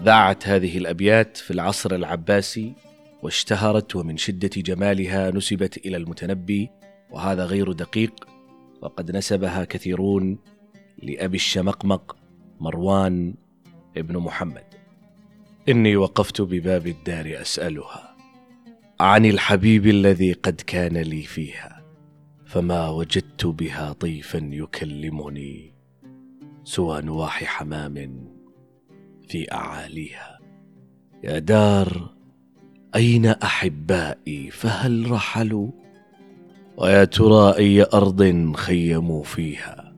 ذاعت هذه الأبيات في العصر العباسي واشتهرت، ومن شدة جمالها نسبت إلى المتنبي، وهذا غير دقيق، وقد نسبها كثيرون لأبي الشمقمق مروان ابن محمد. إني وقفت بباب الدار أسألها عن الحبيب الذي قد كان لي فيها، فما وجدت بها طيفا يكلمني سوى نواح حمام في أعاليها. يا دار أين أحبائي فهل رحلوا، ويا ترى أي أرض خيموا فيها.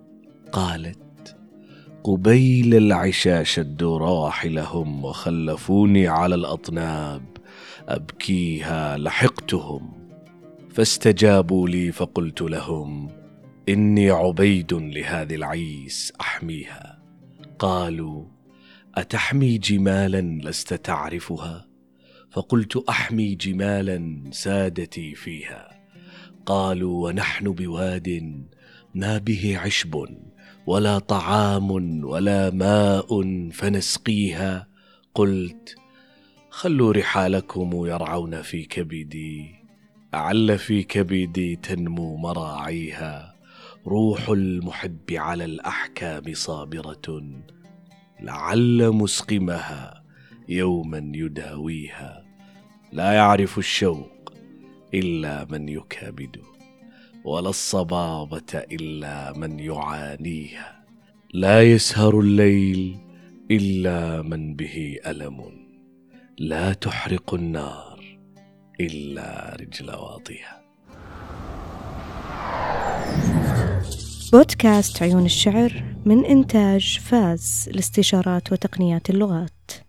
قالت قبيل العشاء شدوا رواحلهم وخلفوني على الأطناب أبكيها. لحقتهم فاستجابوا لي فقلت لهم إني عبيد لهذه العيس أحميها. قالوا أتحمي جمالا لست تعرفها، فقلت أحمي جمالا سادتي فيها. قالوا ونحن بواد ما به عشب ولا طعام ولا ماء فنسقيها. قلت خلوا رحالكم يرعون في كبدي، أعل في كبدي تنمو مراعيها. روح المحب على الأحكام صابرة، لعل مسقمها يوما يداويها. لا يعرف الشوق إلا من يكابد، ولا الصبابة إلا من يعانيها. لا يسهر الليل إلا من به ألم، لا تحرق النار إلا رجل واطيها. بودكاست عيون الشعر من إنتاج فاز لاستشارات وتقنيات اللغات.